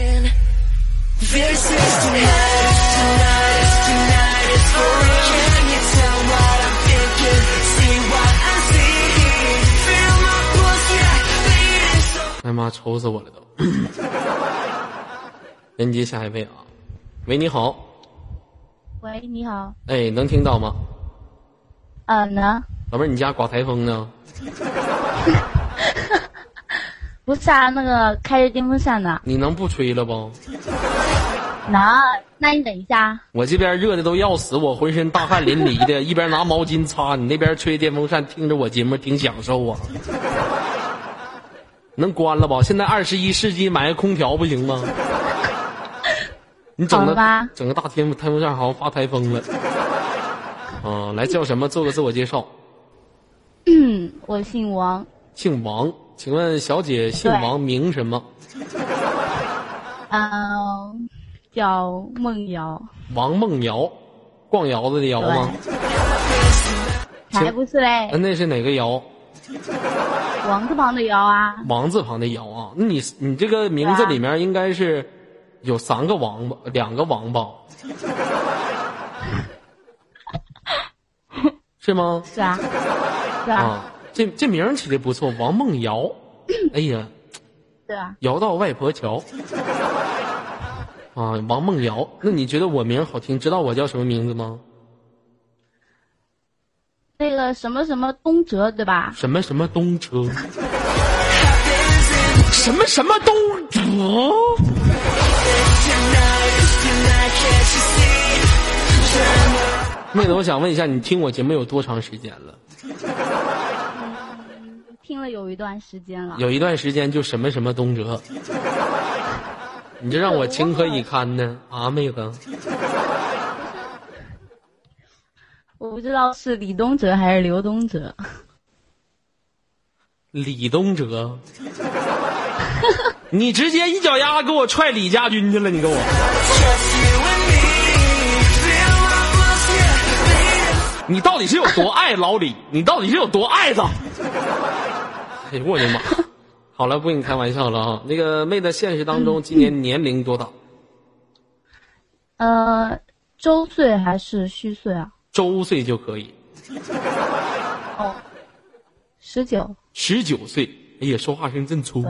哎妈，愁死我了都。连接下一位啊，喂，你好。 喂，你好。 哎，能听到吗？ 能。 老妹儿，你家刮台风呢？ 不是啊，那个开着电风扇呢。 你能不吹了不？ 能，那你等一下。 我这边热的都要死，我浑身大汗淋漓的，一边拿毛巾擦，你那边吹电风扇，听着我节目挺享受啊。能关了吧？现在21世纪买个空调不行吗？你整个大台风扇好像发台风了。来叫什么？做个自我介绍。 我姓王。 姓王，请问小姐姓王名什么？ 叫梦瑶。 王梦瑶，逛窑子的窑吗？ 才不是嘞。 那是哪个窑？ 王字旁的瑶啊。 王字旁的瑶啊。那你这个名字里面应该是有3个王吧，2个王吧？是吗？ 是啊。是啊。 这名起的不错，王梦瑶。哎呀。 对啊。 摇到外婆桥。王梦瑶，那你觉得我名好听？知道我叫什么名字吗？ 那个什么什么东哲，对吧？ 什么什么东哲？什么什么东哲？妹子，我想问一下，你听我节目有多长时间了？ 听了有一段时间了。 有一段时间就什么什么东哲。你这让我情何以堪呢？妹子。 我不知道是李东哲还是刘东哲。 李东哲。你直接一脚丫给我踹李家军去了，你给我。你到底是有多爱老李？你到底是有多爱他？哎呦我的妈！好了，不跟你开玩笑了啊。那个妹子，现实当中今年年龄多大？ 周岁还是虚岁啊？ 周岁就可以。 19。 19岁。哎呀，说话声真粗。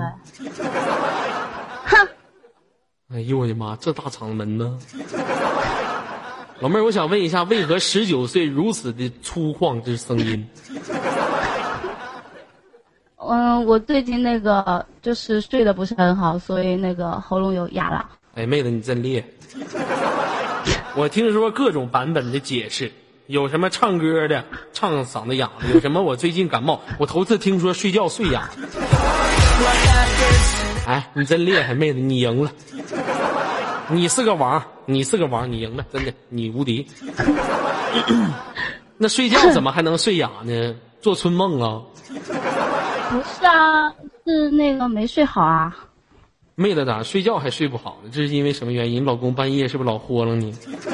哼。 哎呦我的妈，这大嗓门呢。老妹儿，我想问一下，为何19岁如此的粗犷之声音？ 我最近那个就是睡得不是很好，所以那个喉咙有哑了。 哎，妹子你真厉害。我听说各种版本的解释，有什么唱歌的唱嗓子哑的，有什么我最近感冒，我头次听说睡觉睡哑。哎，你真厉害，妹子你赢了。你是个王，你赢了，真的，你无敌。那睡觉怎么还能睡哑呢？做春梦啊？ 不是啊，是那个没睡好啊。 妹子咋睡觉还睡不好呢？这是因为什么原因？老公半夜是不是老豁楞你？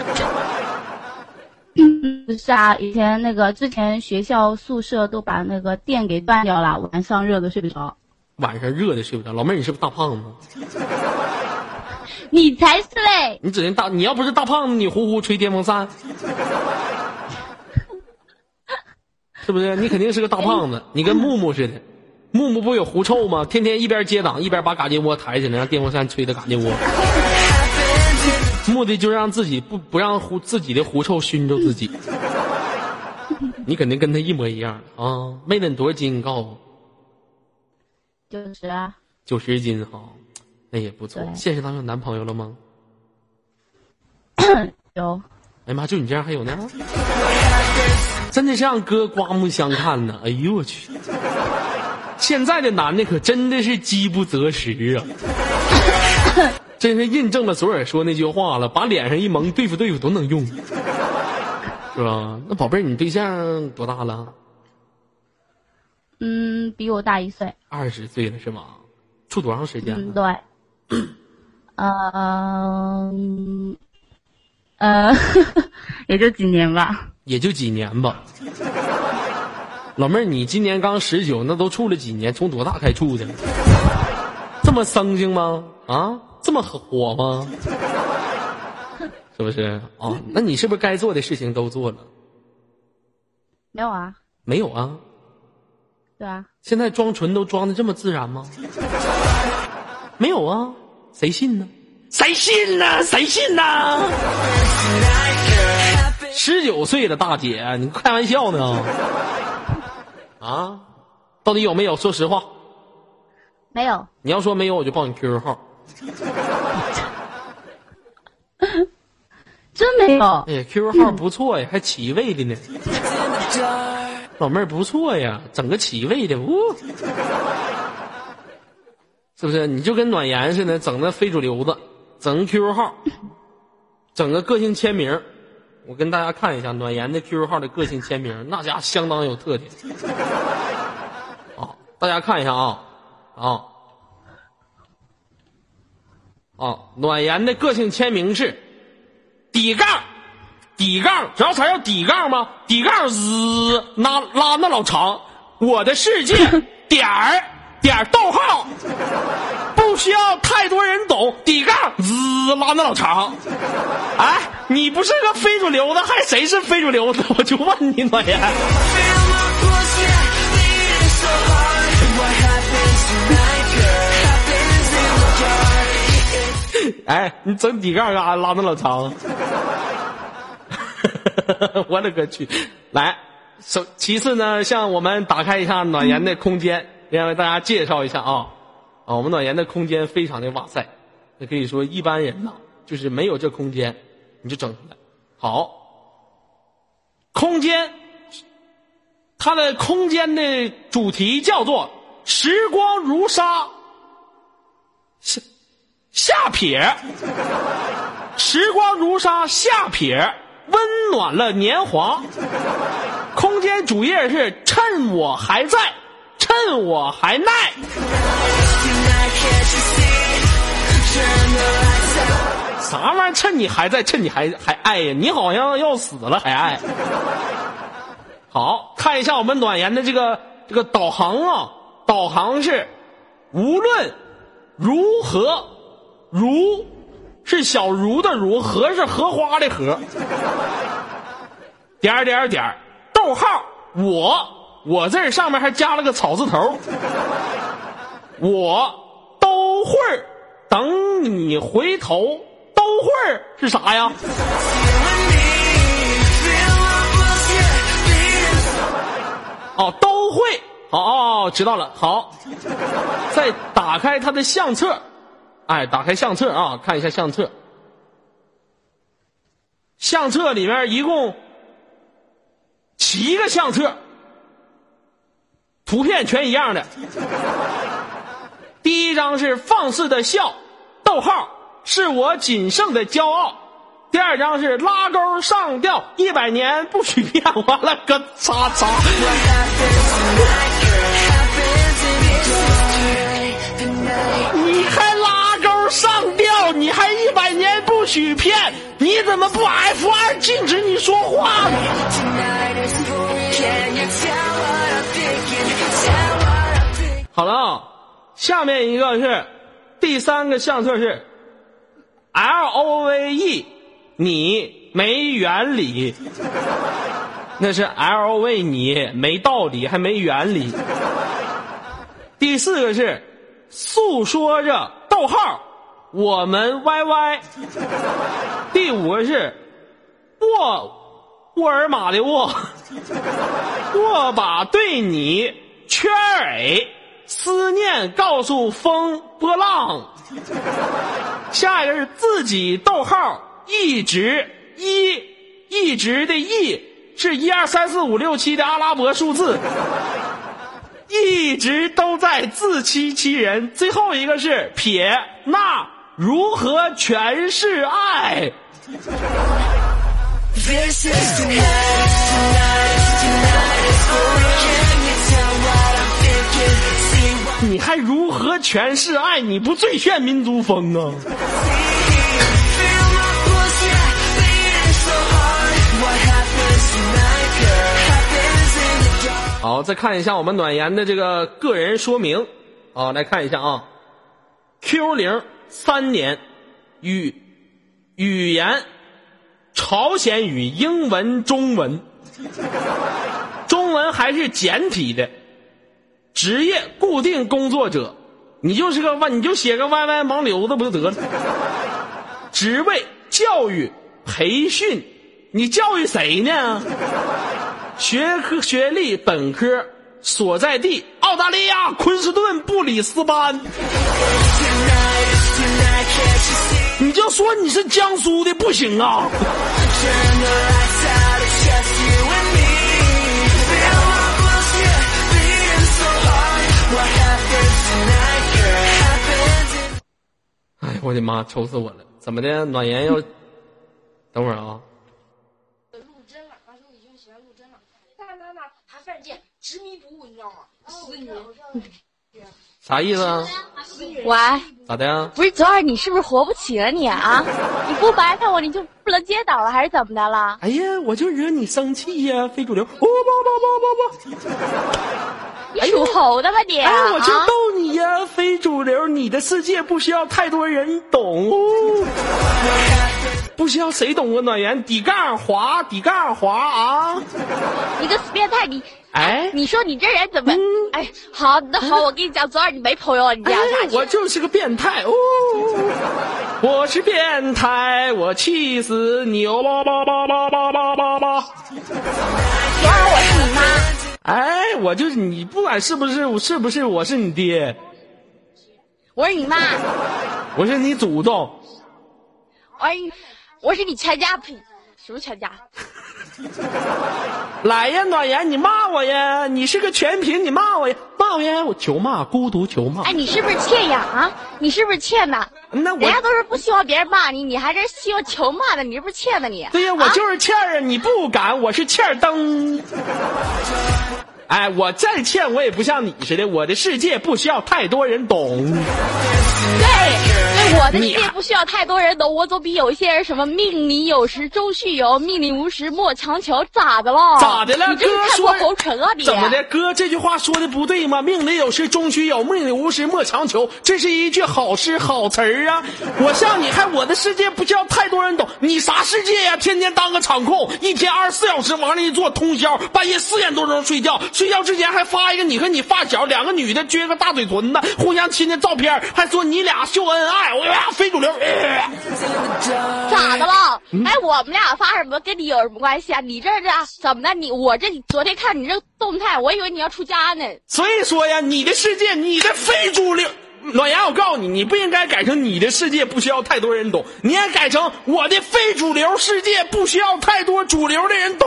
不是啊，以前那个之前学校宿舍都把那个电给断掉了，晚上热的睡不着。 晚上热的睡不着，老妹儿你是不是大胖子？ 你才是嘞！ 你指定大，你要不是大胖子，你呼呼吹电风扇，是不是？你肯定是个大胖子，你跟木木似的。木木不有狐臭吗？天天一边接档一边把嘎叽窝抬起来，让电风扇吹的嘎叽窝，目的就是让自己不让自己的狐臭熏着自己。你肯定跟他一模一样啊！妹子你多少斤？你告诉我。90斤哈，那也不错。现实当中有男朋友了吗？ 有。 哎妈，就你这样还有呢？真的是让哥刮目相看呢！哎呦我去！现在的男的可真的是饥不择食啊！真是印证了左耳说那句话了，把脸上一蒙，对付都能用，是吧？那宝贝儿，你对象多大了？ 比我大1岁。 20岁了是吗？处多长时间了？ 对。也就几年吧。 也就几年吧。老妹儿，你今年刚19，那都处了几年？从多大开处的？这么生性吗？啊，这么火吗？是不是？哦，那你是不是该做的事情都做了？ 没有啊。 没有啊？ 对啊。 现在装纯都装的这么自然吗？没有啊，谁信呢？谁信呢？谁信呢？ 19岁的大姐，你开玩笑呢？啊，到底有没有？说实话。 没有。 你要说没有，我就报你 QQ 号。 真没有。 哎呀 ，QQ 号不错呀，还起位的呢。老妹儿不错呀，整个起位的，是不是？你就跟暖言似的，整那非主流的，整个 QQ 号，整个个性签名。我跟大家看一下暖言的 QQ 号的个性签名，那家相当有特点。啊，大家看一下暖言的个性签名是底杠，知道啥叫底杠吗？底杠拉那老长，我的世界点逗号，不需要太多人懂，底杠拉那老长。哎，你不是个非主流的，还谁是非主流的？我就问你暖言。哎，你整底杠干啥拉那老长？我勒个去！来，其次呢，像我们打开一下暖言的空间，先为大家介绍一下我们暖言的空间非常的哇塞，那可以说一般人呐，就是没有这空间，你就整出来。好，空间，它的空间的主题叫做“时光如沙”。下撇，时光如沙，下撇，温暖了年华。空间主页是趁我还在，趁我还耐。啥玩意儿？趁你还在，趁你还爱呀？你好像要死了还爱。好，看一下我们暖言的这个导航导航是无论如何。如是小如的如，荷是荷花的荷，点，逗号，我这上面还加了个草字头，我都会等你回头，都会是啥呀？都会，知道了。好，再打开它的相册。打开相册看一下相册。相册里面一共7个相册，图片全一样的。第一张是放肆的笑，逗号，是我仅剩的骄傲。第二张是拉钩上吊，100年不许变，完了个叉叉。你还拉钩上吊，你还100年不许骗，你怎么不 F2 禁止你说话呢？好了下面一个是第3个相册是 LOVE， 你没原理，那是 LOVE 你没道理还没原理。第4个是诉说着逗号我们 YY。 第5个是沃尔玛的沃把对你圈 A 思念告诉风波浪。下一个是自己逗号一直的一是1234567的阿拉伯数字，一直都在自欺欺人。最后一个是撇，那如何全是爱？你还如何全是爱？你不最炫民族风啊？好，再看一下我们暖言的这个个人说明来看一下Q0 3年，语言朝鲜语、英文、中文，中文还是简体的。职业固定工作者，你就写个歪盲流子不就得了？职位教育培训你教育谁呢？学历本科，所在地澳大利亚昆士顿布里斯班。你就说你是江苏的不行啊。哎，我的妈，愁死我了！怎么的？暖言要等会儿啊。 录针了，当时我已经喜欢录针了，但还犯贱，执迷不悟，你知道吗？死你！ 啥意思啊？ 喂， 咋的呀？ 不是昨儿你是不是活不起了你啊？你不白看我你就不能接倒了还是怎么的了？ 哎呀，我就惹你生气呀，非主流！不！ 你属猴的吧你？ 哎，我就逗你呀，非主流，你的世界不需要太多人懂哦。不需要谁懂啊？暖言底杠滑啊！ 你个死变态你！ 哎， 你说你这人怎么？哎，好，那好，我跟你讲，昨儿你没朋友，你这样下去。 我就是个变态哦，我是变态，我气死你哦！ 昨儿我是你妈。 哎，我就是你，不管是不是，我是你爹。 我是你妈。 我是你祖宗。 哎，我是你全家，呸，什么全家？ 来呀，暖言，你骂我呀！你是个全品，你骂我呀！骂我呀！我求骂，孤独求骂。 哎，你是不是欠呀？啊，你是不是欠的？ 那我人家都是不希望别人骂你，你还是希望求骂的，你是不是欠的你？ 对呀，我就是欠儿啊！你不敢，我是欠儿登。哎，我再欠我也不像你似的，我的世界不需要太多人懂。 对，我的世界不需要太多人懂，我总比有一些人什么命里有时终须有，命里无时莫强求，咋的了？ 咋的了？ 你这是太过红尘啊！你怎么的？哥，这句话说的不对吗？命里有时终须有，命里无时莫强求，这是一句好诗好词儿啊！我像你还我的世界不需要太多人懂，你啥世界呀？天天当个场控，一天24小时往那一坐，通宵，半夜4点多钟睡觉，睡觉之前还发一个你和你发小两个女的撅个大嘴唇子，互相亲的照片，还说你俩秀恩爱，我呀非主流。 咋的了？哎，我们俩发什么跟你有什么关系啊？你这怎么的？我这昨天看你这动态，我以为你要出家呢。 所以说呀，你的世界，你的非主流。暖言，我告诉你，你不应该改成你的世界不需要太多人懂，你应该改成我的非主流世界不需要太多主流的人懂。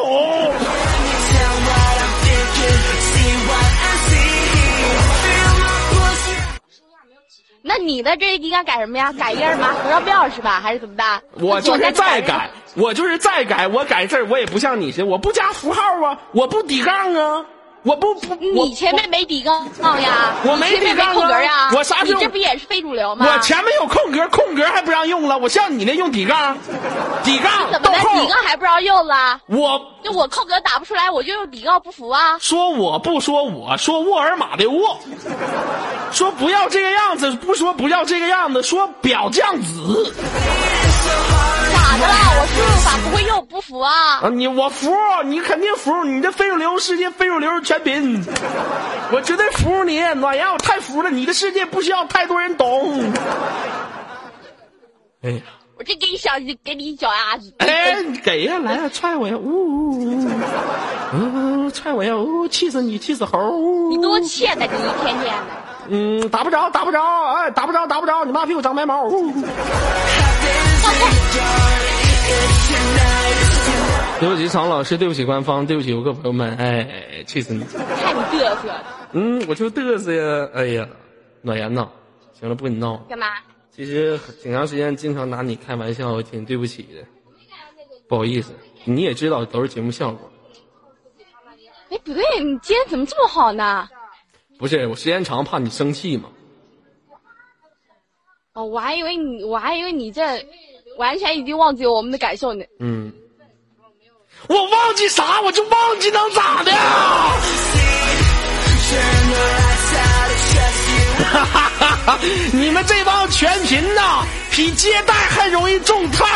那你的这应该改什么呀？改一个什么和尚庙是吧？还是怎么的？ 我就是再改，我改字我也不像你似的，我不加符号啊，我不底杠啊。 你前面没底杠呀？ 我没底杠啊， 空格呀？ 我啥？ 你这不也是非主流吗？ 我前面有空格，空格还不让用了。我像你那用底杠，底杠怎么的？底杠还不让用了？ 我空格打不出来，我就用底杠不服啊！ 说我不说我，说沃尔玛的沃，说不要这个样子，不说不要这个样子，说表酱紫。 咋的了？我输入法不会用，不服啊！ 我服，你肯定服，你这非主流世界非主流全品，我绝对服你，暖阳我太服了，你的世界不需要太多人懂。哎呀， 我这给你一脚丫子！ 哎，给呀，来呀，踹我呀！踹我呀！气死你，气死猴！ 你多欠的，你一天天的。 打不着，哎，打不着，你妈屁股长白毛。对不起常老师，对不起官方，对不起游客朋友们，哎，气死你！ 看你嘚瑟。 我就嘚瑟呀！哎呀，暖言呐，行了，不跟你闹。 干嘛？ 其实挺长时间经常拿你开玩笑，我挺对不起的，不好意思。你也知道都是节目效果。 哎，不对，你今天怎么这么好呢？ 不是，我时间长怕你生气嘛。 哦，我还以为你这完全已经忘记我们的感受呢。 我忘记啥？我就忘记能咋的？你们这帮全频呐，比接待还容易中套。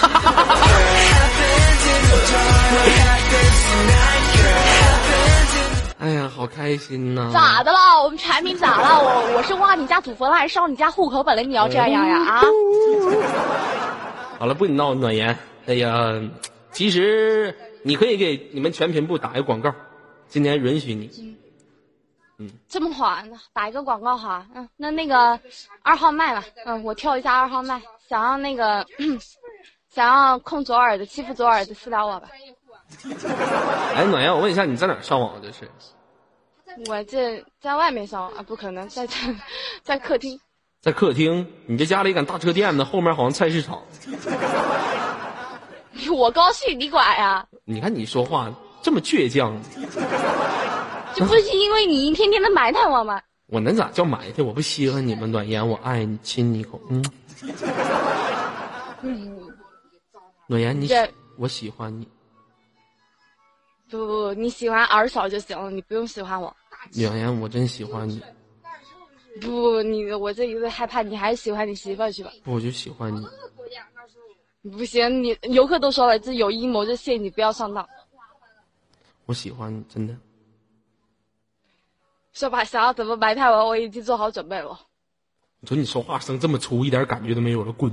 哎呀，好开心呐！ 咋的了？我们产品咋了？我是挖你家祖坟了，还是烧你家户口本了？你要这样呀？啊！ 好了，不跟你闹暖言。哎呀， 其实你可以给你们全频部打一个广告，今年允许你。 这么好，打一个广告哈。那个2号麦吧，我跳一下2号麦，想要那个想要控左耳的欺负左耳的私聊我吧。 哎，暖阳，我问一下，你在哪儿上网？这是？ 我这在外面上网啊，不可能，在客厅。 在客厅？你这家里敢大车店呢？后面好像菜市场。 我高兴，你管呀？ 你看你说话这么倔强。 这不是因为你一天天的埋汰我吗？ 我能咋叫埋汰？我不稀罕你们暖言，我爱你，亲你一口。暖言，我喜欢你。 不，你喜欢耳少就行了，你不用喜欢我。 暖言，我真喜欢你。 不，我这有点害怕，你还是喜欢你媳妇去吧。 不，我就喜欢你。 不行，你游客都说了，这有阴谋，就谢你不要上当。 我喜欢你，真的。 说吧，想要怎么埋汰我，我已经做好准备了。 你说你说话声这么粗，一点感觉都没有了，滚！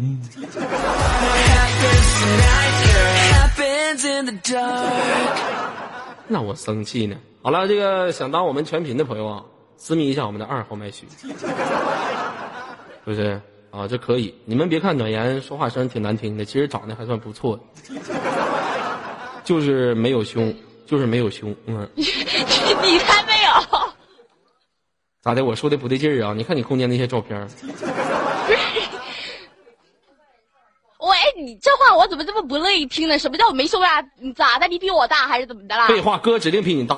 那我生气呢。好了，这个想当我们全频的朋友啊，私密一下我们的2号麦序，是不是啊？这可以。你们别看暖言说话声挺难听的，其实长得还算不错的，就是没有胸，就是没有胸。 你才没有。 咋的？我说的不对劲儿啊！你看你空间那些照片。 喂，你这话我怎么这么不乐意听呢？什么叫我没胸啊？你咋的？你比我大还是怎么的啦？ 废话，哥指定比你大。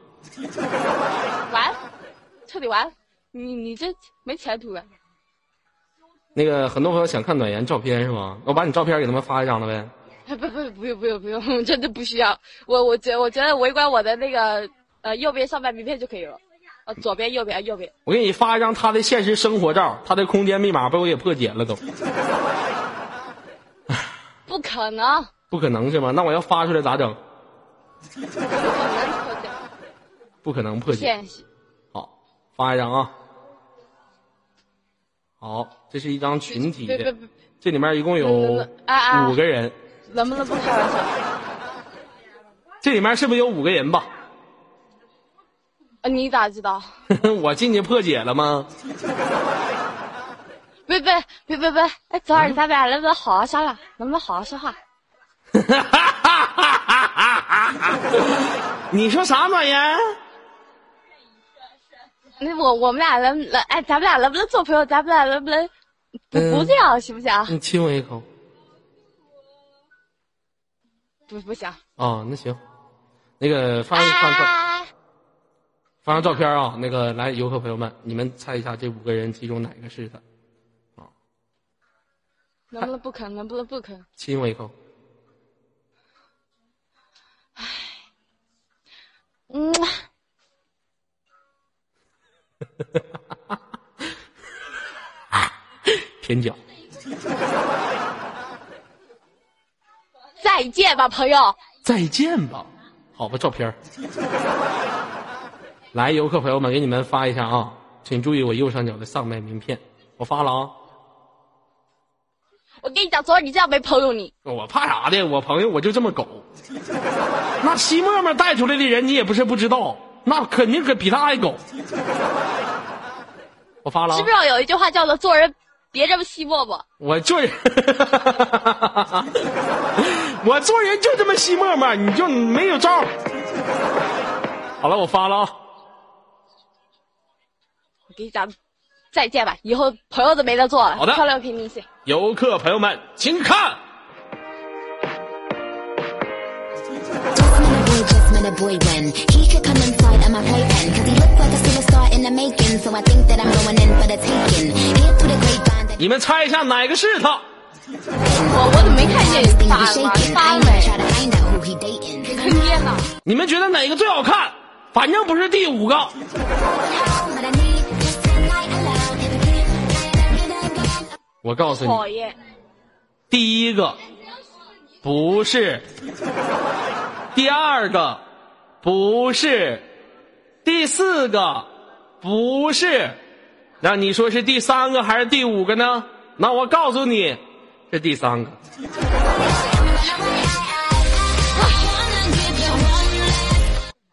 完，彻底完，你这没前途啊！ 那个很多朋友想看暖言照片是吗？我把你照片给他们发一张了呗。 不用，真的不需要。我觉得围观我的那个右边上半名片就可以了。左边右边。 我给你发一张他的现实生活照，他的空间密码被我给破解了都。 不可能。 不可能是吗？那我要发出来咋整？不可能破解。好，发一张啊。好，这是一张群体的，这里面一共有5个人。 能不能不开玩笑？ 这里面是不是有5个人吧？ 你咋知道？ 我进去破解了吗？ 别！哎，昨儿咱俩能不能好好商量？能不能好好说话？ 你说啥暖言？ 那我们俩能哎，咱们俩能不能做朋友？咱们俩能不能不这样，行不行？ 你亲我一口。 不行。 哦，那行，那个发张照片啊，那个来游客朋友们，你们猜一下这5个人其中哪个是他？啊， 能不能不肯？能不能不肯？ 亲我一口。舔脚。 再见吧，朋友。 再见吧，好吧，照片。来，游客朋友们，给你们发一下啊，请注意我右上角的上麦名片，我发了啊。 我跟你讲，昨儿你这样没朋友你。 我怕啥的？我朋友我就这么狗。那西沫沫带出来的人你也不是不知道，那肯定比他还狗。我发了。 知不知道有一句话叫做做人别这么西沫沫？ 我做人，我做人就这么西沫沫，你就没有招。好了，我发了啊。 我跟你讲，再见吧，以后朋友都没得做了。 好的， 漂亮平民线。 游客朋友们，请看。你们猜一下哪个是他？ 我怎么没看见发没？坑爹呢！ 你们觉得哪个最好看？反正不是第5个。我告诉你，第1个不是，第2个不是，第4个不是，那你说是第3个还是第5个呢？那我告诉你，是第3个。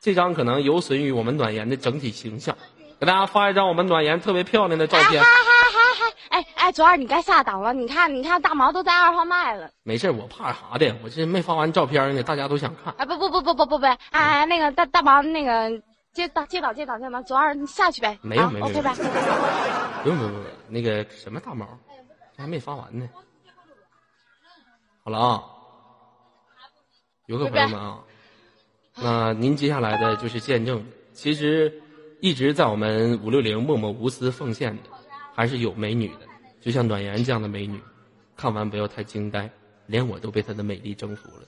这张可能有损于我们暖颜的整体形象。给大家发一张我们暖颜特别漂亮的照片。 左耳你该下档了，你看大毛都在2号麦了。 没事，我怕啥的？我这没发完照片呢，大家都想看。 不，那个大毛那个接档，左耳你下去呗。 没有 ，OK 呗。 不用，那个什么大毛，还没发完呢。好了啊，游客朋友们啊，那您接下来的就是见证，其实一直在我们560默默无私奉献的，还是有美女的，就像暖颜这样的美女，看完不要太惊呆，连我都被她的美丽征服了。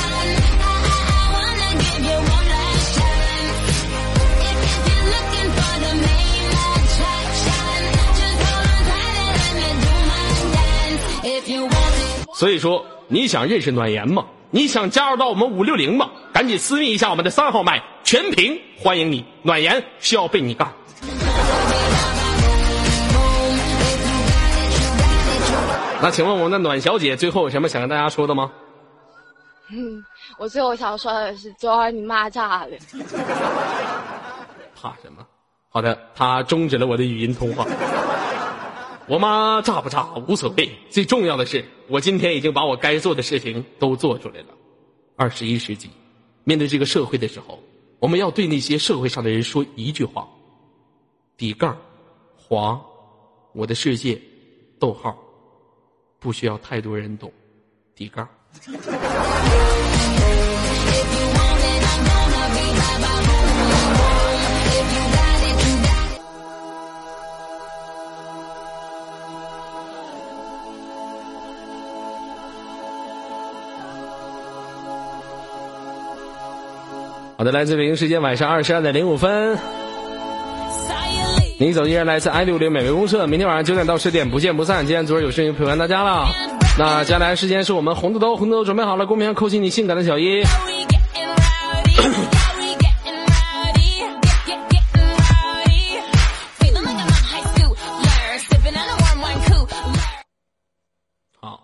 所以说，你想认识暖颜吗？你想加入到我们560吗？赶紧私密一下我们的3号麦，全屏欢迎你，暖颜需要被你干。那请问我们的暖小姐最后有什么想跟大家说的吗？ 我最后想说的是，昨儿你妈炸了。 怕什么？好的，她终止了我的语音通话。我妈炸不炸无所谓，最重要的是我今天已经把我该做的事情都做出来了。21世纪，面对这个社会的时候，我们要对那些社会上的人说一句话：底杠滑，我的世界，逗号，不需要太多人懂，底杠。好的，来自北京时间晚上22点05分，您走依然来自 i60美味公社，明天晚上9点到10点不见不散。今天昨儿有事情陪伴大家了，那接下来时间是我们红豆豆准备好了，公屏上扣起你性感的小一。好，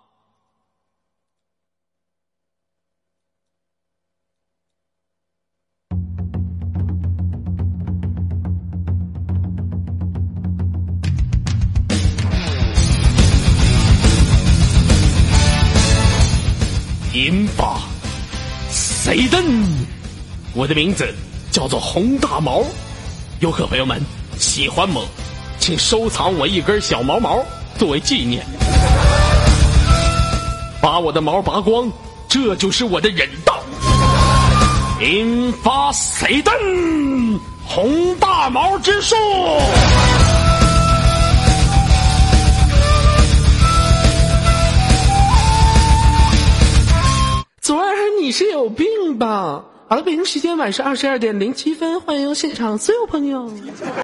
银发谁灯，我的名字叫做洪大毛。游客朋友们，喜欢我请收藏我一根小毛毛作为纪念，把我的毛拔光，这就是我的人道。银发谁灯，洪大毛之术。昨儿你是有病吧？好了，北京时间晚上22点07分，欢迎现场所有朋友。